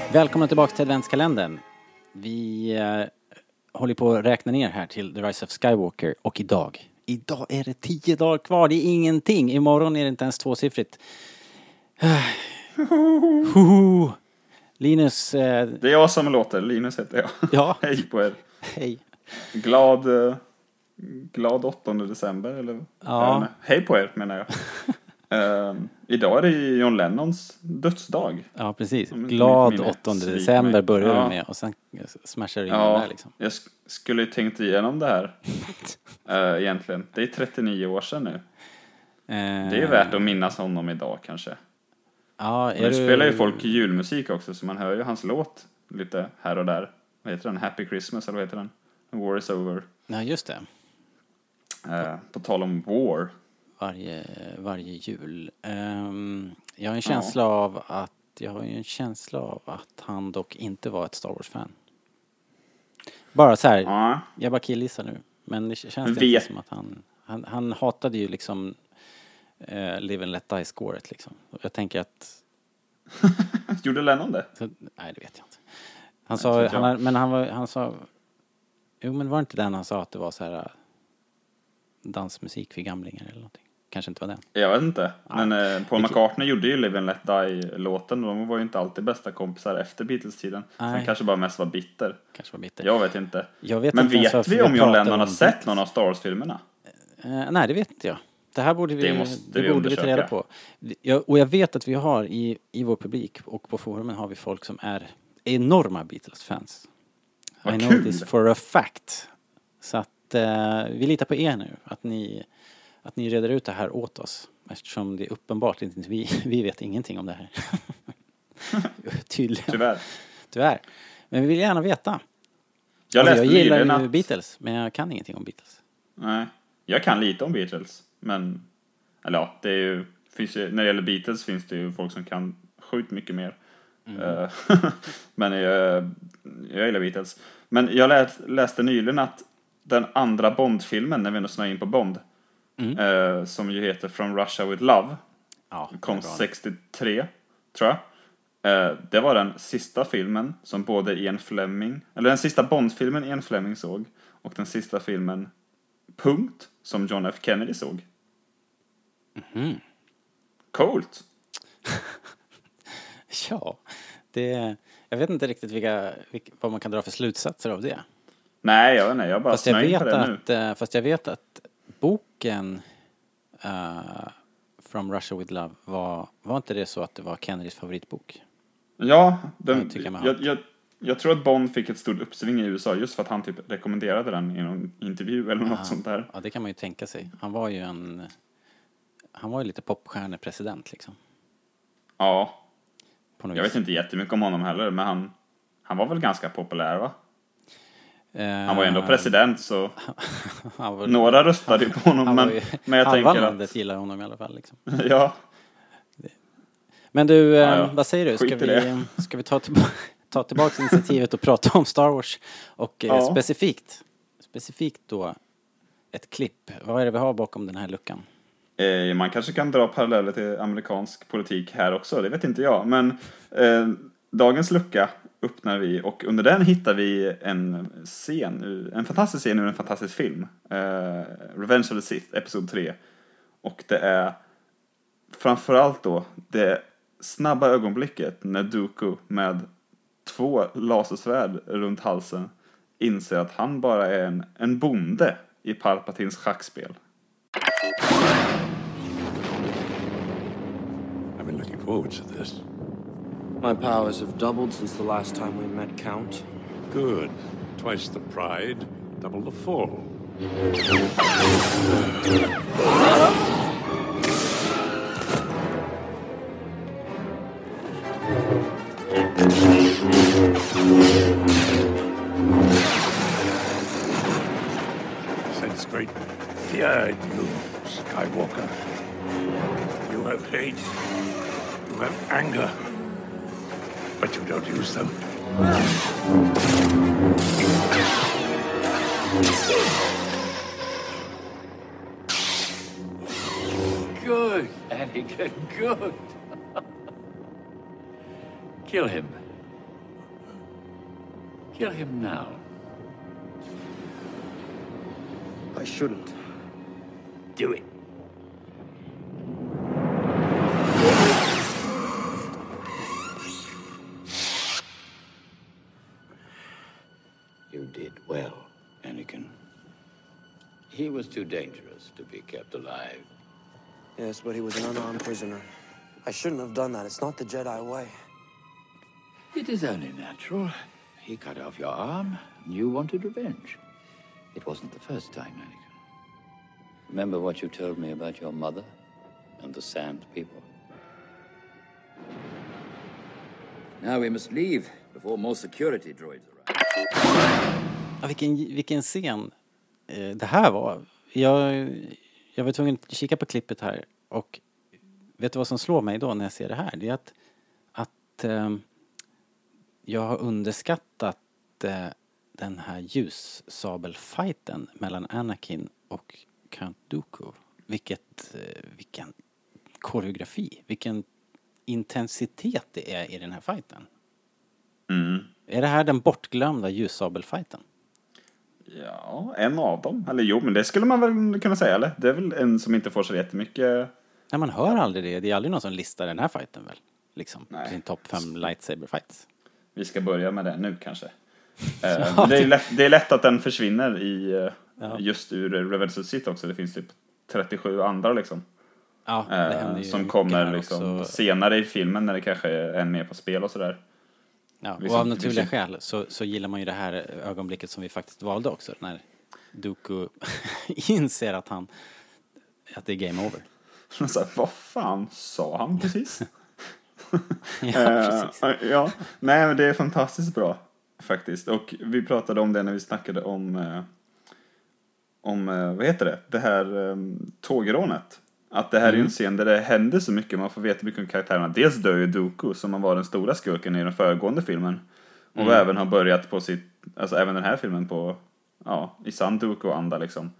Välkomna tillbaka till adventskalendern. Vi håller på att räkna ner här till The Rise of Skywalker. Och idag är det 10 dagar kvar. Det är ingenting. Imorgon är det inte ens tvåsiffrigt. Linus... Det är jag som låter. Linus heter jag. Ja. Hej på er. Hej. Glad 8 december. Eller? Ja. Hej på er menar jag. Idag är det John Lennons dödsdag. Ja, precis. Glad 8 december börjar vi med. Och sen smashar det in där liksom. Jag skulle ju tänkt igenom det här. Egentligen. Det är 39 år sedan nu. Det är värt att minnas honom idag kanske. Ja, nu spelar ju folk julmusik också, så man hör ju hans låt lite här och där. Vad heter den? Happy Christmas, eller vad heter den? War is over. Ja, just det. På tal om war. Varje jul. Jag har en känsla av att han dock inte var ett Star Wars-fan. Bara så här, jag bara killgissar nu. Men det känns inte som att han hatade ju liksom Live and Let Die-scoret liksom. Jag tänker att... Gjorde Lennon det? Nej, det vet jag inte. Han sa... Jo, men var det inte den han sa att det var så här dansmusik för gamlingar eller någonting? Kanske inte var den. Jag vet inte. Men Paul McCartney gjorde ju Live and Let Die-låten. De var ju inte alltid bästa kompisar efter Beatles-tiden. Så han kanske bara mest var bitter. Jag vet inte. Men vet vi om John Lennon har sett någon av Star Wars-filmerna? Nej, det vet inte jag. Det här borde vi ta reda på. Och jag vet att vi har i vår publik och på forumen har vi folk som är enorma Beatles-fans. I know this for a fact. Så att vi litar på er nu. Att ni reder ut det här åt oss. Eftersom det är uppenbart inte vi vet ingenting om det här. Tydligen. Tyvärr. Men vi vill gärna veta. Jag gillar ju Beatles, men jag kan ingenting om Beatles. Nej, jag kan lite om Beatles. Men, eller ja, det är ju, när det gäller Beatles finns det ju folk som kan sjukt mycket mer. Men jag gillar Beatles. Men jag läste nyligen att den andra Bond-filmen, när vi ändå snöar in på Bond, som ju heter From Russia with Love, kom 63, tror jag. Det var den sista filmen som både Ian Fleming, eller den sista Bond-filmen Ian Fleming såg, och den sista filmen som John F. Kennedy såg. Coolt. Ja, jag vet inte riktigt vad man kan dra för slutsatser av det. Nej, jag vet inte. Jag bara snöjer på det nu. Fast jag vet att boken From Russia with Love var inte det så att det var Kennedys favoritbok? Ja, jag tror att Bond fick ett stort uppsving i USA just för att han typ rekommenderade den i någon intervju eller något sånt där. Ja, det kan man ju tänka sig. Han var ju lite popstjärnepresident liksom. Ja. Jag vet inte jättemycket om honom heller, men han var väl ganska populär, va? Han var ju ändå president, så några röstade ju på honom, men jag tänker att landet gillar honom i alla fall liksom. Ja. Men du, vad säger du? Ska vi ta tillbaka initiativet och prata om Star Wars och specifikt då ett klipp. Vad är det vi har bakom den här luckan? Man kanske kan dra paralleller till amerikansk politik här också, det vet inte jag. Men dagens lucka öppnar vi, och under den hittar vi en fantastisk scen ur en fantastisk film. Revenge of the Sith, episod 3. Och det är framförallt då det snabba ögonblicket när Dooku med 2 lasersvärd runt halsen inser att han bara är en bonde i Palpatines schackspel. I've been looking forward to this. My powers have doubled since the last time we met, Count. Good. Twice the pride, double the fall. Sense great fear in you, Skywalker. You have hate. You have anger. But you don't use them. Good, Anakin, good. Kill him. Kill him now. I shouldn't. Do it. You did well, Anakin. He was too dangerous to be kept alive. Yes, but he was an unarmed prisoner. I shouldn't have done that. It's not the Jedi way. It is only natural. He cut off your arm, and you wanted revenge. It wasn't the first time, Anakin. Remember what you told me about your mother and the Sand people? Now we must leave before more security droids arrive. Ja, vilken scen det här var. Jag var tvungen att kika på klippet här, och vet du vad som slår mig då när jag ser det här? Det är att jag har underskattat den här ljussabelfighten mellan Anakin och Count Dooku. Vilken koreografi, vilken intensitet det är i den här fighten. Är det här den bortglömda ljussabelfighten? Ja, en av dem. Eller jo, men det skulle man väl kunna säga, eller? Det är väl en som inte får så jättemycket... Nej, man hör aldrig det. Det är aldrig någon som listar den här fighten väl? Liksom, sin topp 5 lightsaber fights. Vi ska börja med det nu kanske. Det är lätt att den försvinner i just ur Revenge of the Sith också. Det finns typ 37 andra liksom. Ja, det händer ju som kommer liksom också senare i filmen när det kanske är en mer på spel och sådär. Ja, och av naturliga skäl så gillar man ju det här ögonblicket som vi faktiskt valde också, när Dooku inser att det är game over. Så här, vad fan sa han precis? Precis. Ja, nej, men det är fantastiskt bra faktiskt. Och vi pratade om det när vi snackade om vad heter det? Det här tågrånet. Att det här är en scen där det händer så mycket. Man får veta mycket om karaktärerna. Dels dör ju Dooku, som var den stora skurken i den föregående filmen. Och även har börjat på sitt... Alltså även den här filmen på... Ja, i sann Dooku-anda liksom.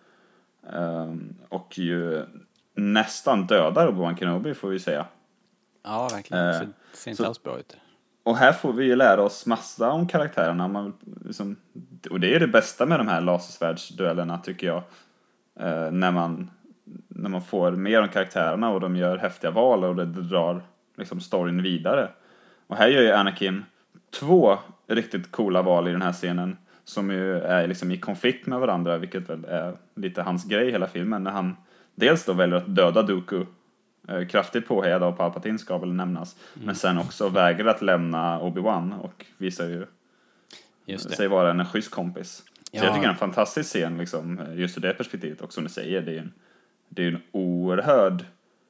Och ju nästan dödar Obi-Wan Kenobi, får vi säga. Ja, verkligen. Det ser inte alls bra ut. Och här får vi ju lära oss massa om karaktärerna. Man, liksom, och det är det bästa med de här lasersvärdsduellerna, tycker jag. När man får mer om karaktärerna och de gör häftiga val och det drar liksom storyn vidare. Och här gör ju Anakin 2 riktigt coola val i den här scenen som ju är liksom i konflikt med varandra, vilket väl är lite hans grej hela filmen, när han dels då väljer att döda Dooku, kraftigt påhejad av Palpatine ska väl nämnas, men sen också vägrar att lämna Obi-Wan och visar ju sig vara en schysst kompis. Så jag tycker det är en fantastisk scen liksom, just ur det perspektivet. Och som du säger, det är en oerhörd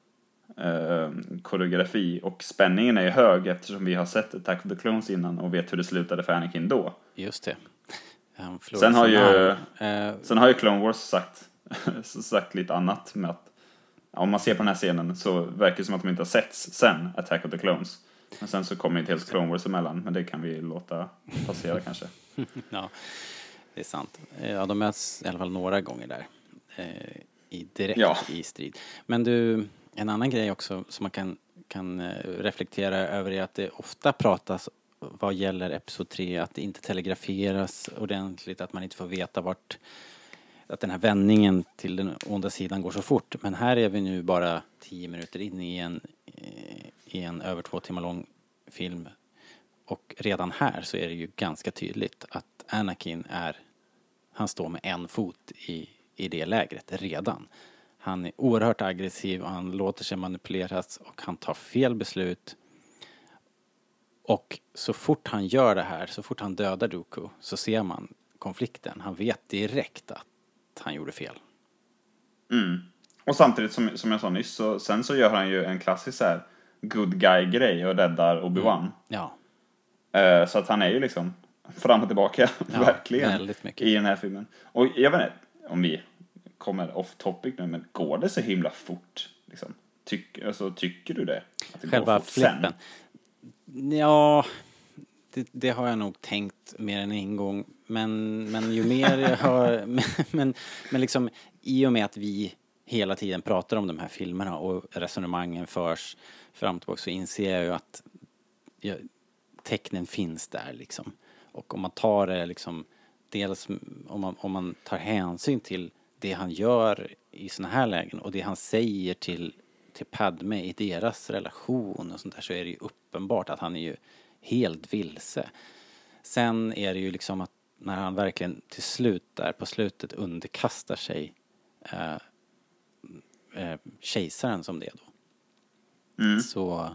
koreografi, och spänningen är ju hög eftersom vi har sett Attack of the Clones innan och vet hur det slutade för Anakin då. Just det. Sen har ju Clone Wars sagt lite annat med att om man ser på den här scenen så verkar det som att de inte har setts sen Attack of the Clones. Men sen så kommer inte helt Clone Wars emellan, men det kan vi låta passera kanske. Ja, det är sant. Ja, de möts i alla fall några gånger där. Direkt i strid. Men du, en annan grej också som man kan reflektera över är att det ofta pratas vad gäller episod 3 att det inte telegraferas ordentligt, att man inte får veta att den här vändningen till den onda sidan går så fort. Men här är vi nu bara 10 minuter in i en över 2 timmar lång film, och redan här så är det ju ganska tydligt att Anakin han står med en fot i det lägret redan. Han är oerhört aggressiv och han låter sig manipuleras och han tar fel beslut. Och så fort han gör det här, så fort han dödar Dooku, så ser man konflikten. Han vet direkt att han gjorde fel. Och samtidigt som jag sa nyss, sen så gör han ju en klassisk så här good guy-grej och räddar Obi-Wan. Ja. Så att han är ju liksom fram och tillbaka verkligen i den här filmen. Och jag vet inte om vi kommer off topic nu, men går det så himla fort liksom? Tycker du det? Att det själva flippen? Ja, det har jag nog tänkt mer än en gång. Men ju mer jag har... men liksom, i och med att vi hela tiden pratar om de här filmerna och resonemangen förs fram och tillbaka, så inser jag ju att tecknen finns där liksom. Och om man tar det liksom, dels om man tar hänsyn till det han gör i såna här lägen och det han säger till Padme i deras relation och sånt där, så är det ju uppenbart att han är ju helt vilse. Sen är det ju liksom att när han verkligen till slut där på slutet underkastar sig kejsaren som det är då, så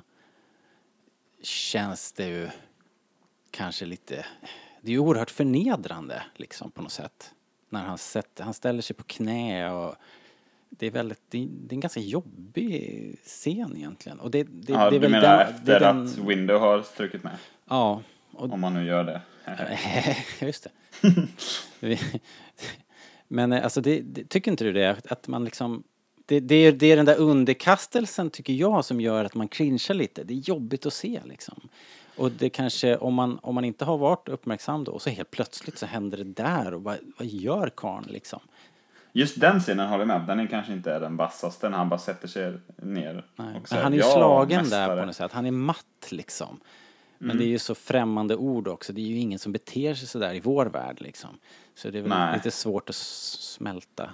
känns det ju kanske lite, det är ju oerhört förnedrande liksom på något sätt när han ställer sig på knä, och det är en ganska jobbig scen egentligen. Och det är du väl menar efter att Window har strukit med? Ja. Om man nu gör det. Just det. Men alltså tycker inte du det? Att man liksom, det är den där underkastelsen tycker jag som gör att man cringear lite. Det är jobbigt att se liksom. Och det kanske, om man inte har varit uppmärksam då, och så helt plötsligt så händer det där, och vad gör karln liksom? Just den scenen håller jag med. Den är kanske inte är den vassaste när han bara sätter sig ner. Nej, och säger, han är ju slagen där på något sätt. Han är matt liksom. Men det är ju så främmande ord också. Det är ju ingen som beter sig så där i vår värld liksom. Så det är väl lite svårt att smälta.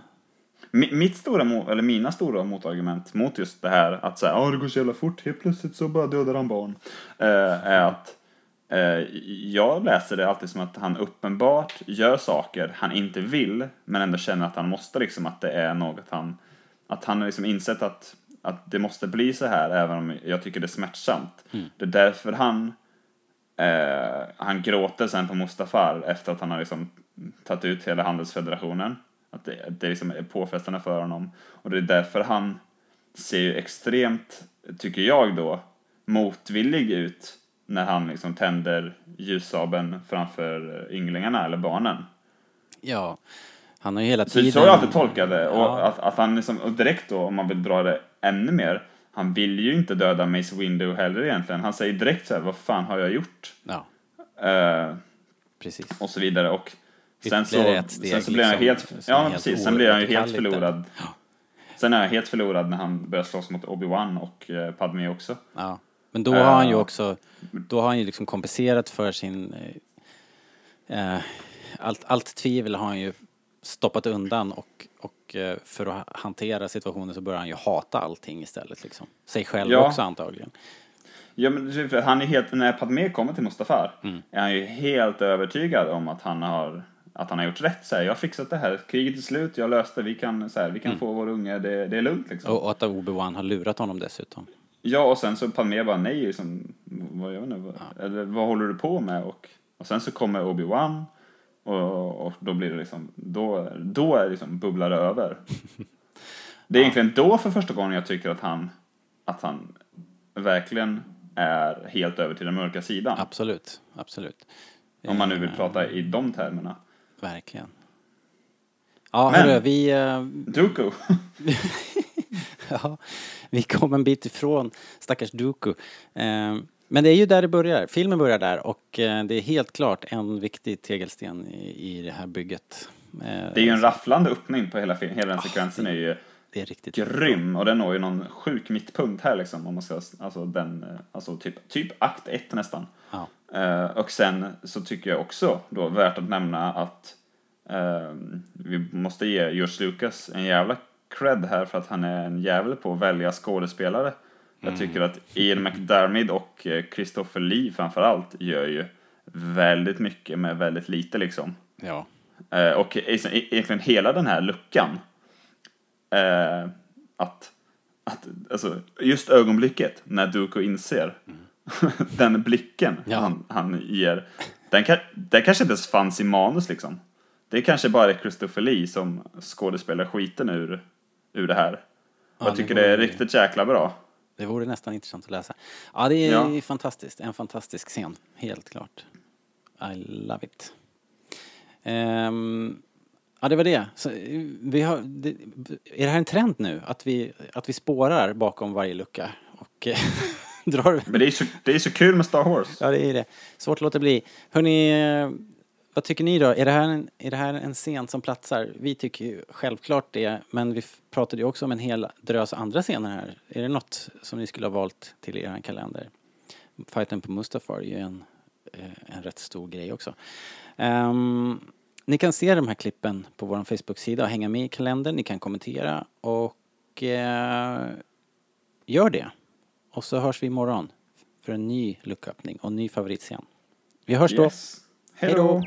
Mina stora motargument mot just det här att säga, det går så jävla fort, helt plötsligt så bara dödar han barn, är att jag läser det alltid som att han uppenbart gör saker han inte vill, men ändå känner att han måste liksom, att det är något att han har liksom insett att det måste bli så här, även om jag tycker det är smärtsamt. Det är därför han gråter sen på Mustafar efter att han har liksom tagit ut hela handelsfederationen. Att det liksom är påfrestande för honom. Och det är därför han ser ju extremt, tycker jag då, motvillig ut när han liksom tänder ljussabeln framför ynglingarna eller barnen. Ja, han har ju hela tiden... Så har jag alltid tolkat det. Och att han liksom, och direkt då, om man vill dra det ännu mer, han vill ju inte döda Mace Windu heller egentligen. Han säger direkt så här, vad fan har jag gjort? Ja. Precis. Och så vidare. Och sen så blir han helt... Ja, precis. Sen blir han ju helt förlorad. Ja. Sen är han helt förlorad när han börjar slåss mot Obi-Wan och Padme också. Ja. Men då har han ju också... Då har han ju liksom kompenserat för sin... Allt tvivel har han ju stoppat undan, och för att hantera situationen så börjar han ju hata allting istället liksom. Sig själv också antagligen. Ja, men han är helt, när Padme kommer till Mustafar är han ju helt övertygad om att han har gjort rätt. Så här, jag har fixat det här, kriget är slut, jag löste, vi kan få vår unge, det är lugnt liksom. Och att Obi-Wan har lurat honom dessutom. Ja, och sen så Padme bara nej liksom, eller vad håller du på med? Och sen så kommer Obi-Wan och då blir det liksom, då är det liksom bubblar det över. Det är egentligen då för första gången jag tycker att han verkligen är helt över till den mörka sidan. Absolut. Om man nu vill prata i de termerna. Verkligen. Ja, hörru, vi... Dooku. Ja, vi kom en bit ifrån stackars Dooku. Men det är ju där det börjar. Filmen börjar där, och det är helt klart en viktig tegelsten i det här bygget. Det är ju en rafflande öppning på hela den sekvensen. Det är riktigt grym, och den når ju någon sjuk mittpunkt här liksom, om man ska, typ akt 1 nästan. Ja. Och sen så tycker jag också då värt att nämna att vi måste ge George Lucas en jävla cred här, för att han är en jävel på att välja skådespelare. Jag tycker att Ian McDiarmid och Christopher Lee framförallt gör ju väldigt mycket med väldigt lite liksom. Ja. Och egentligen hela den här luckan, alltså just ögonblicket när Dooku inser den blicken han ger, den kanske inte ens fanns i manus liksom. Det kanske bara är Christopher Lee som skådespelar skiten ur det här. Ja, jag tycker det är riktigt jäkla bra. Det vore nästan intressant att läsa. Ja, det är fantastiskt. En fantastisk scen, helt klart. I love it. Ja, det var det. Så är det här en trend nu? Att vi spårar bakom varje lucka och drar... Men det är så kul med Star Wars. Ja, det är det. Svårt att låta bli. Hörrni, vad tycker ni då? Är det här en scen som platsar? Vi tycker ju självklart det, men vi pratade ju också om en hel drös andra scener här. Är det något som ni skulle ha valt till er kalender? Fighten på Mustafar är ju en en rätt stor grej också. Ni kan se de här klippen på vår Facebook-sida och hänga med i kalendern. Ni kan kommentera och gör det. Och så hörs vi imorgon för en ny lucköppning och en ny favoritscen. Vi hörs då. Yes. Hej då!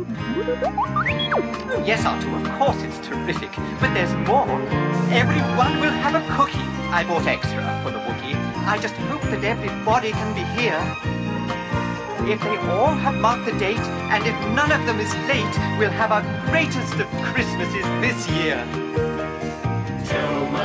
Yes, Arthur, of course it's terrific, but there's more. Everyone will have a cookie. I bought extra for the Wookiee. I just hope that everybody can be here. If they all have marked the date, and if none of them is late, we'll have our greatest of Christmases this year. Tell my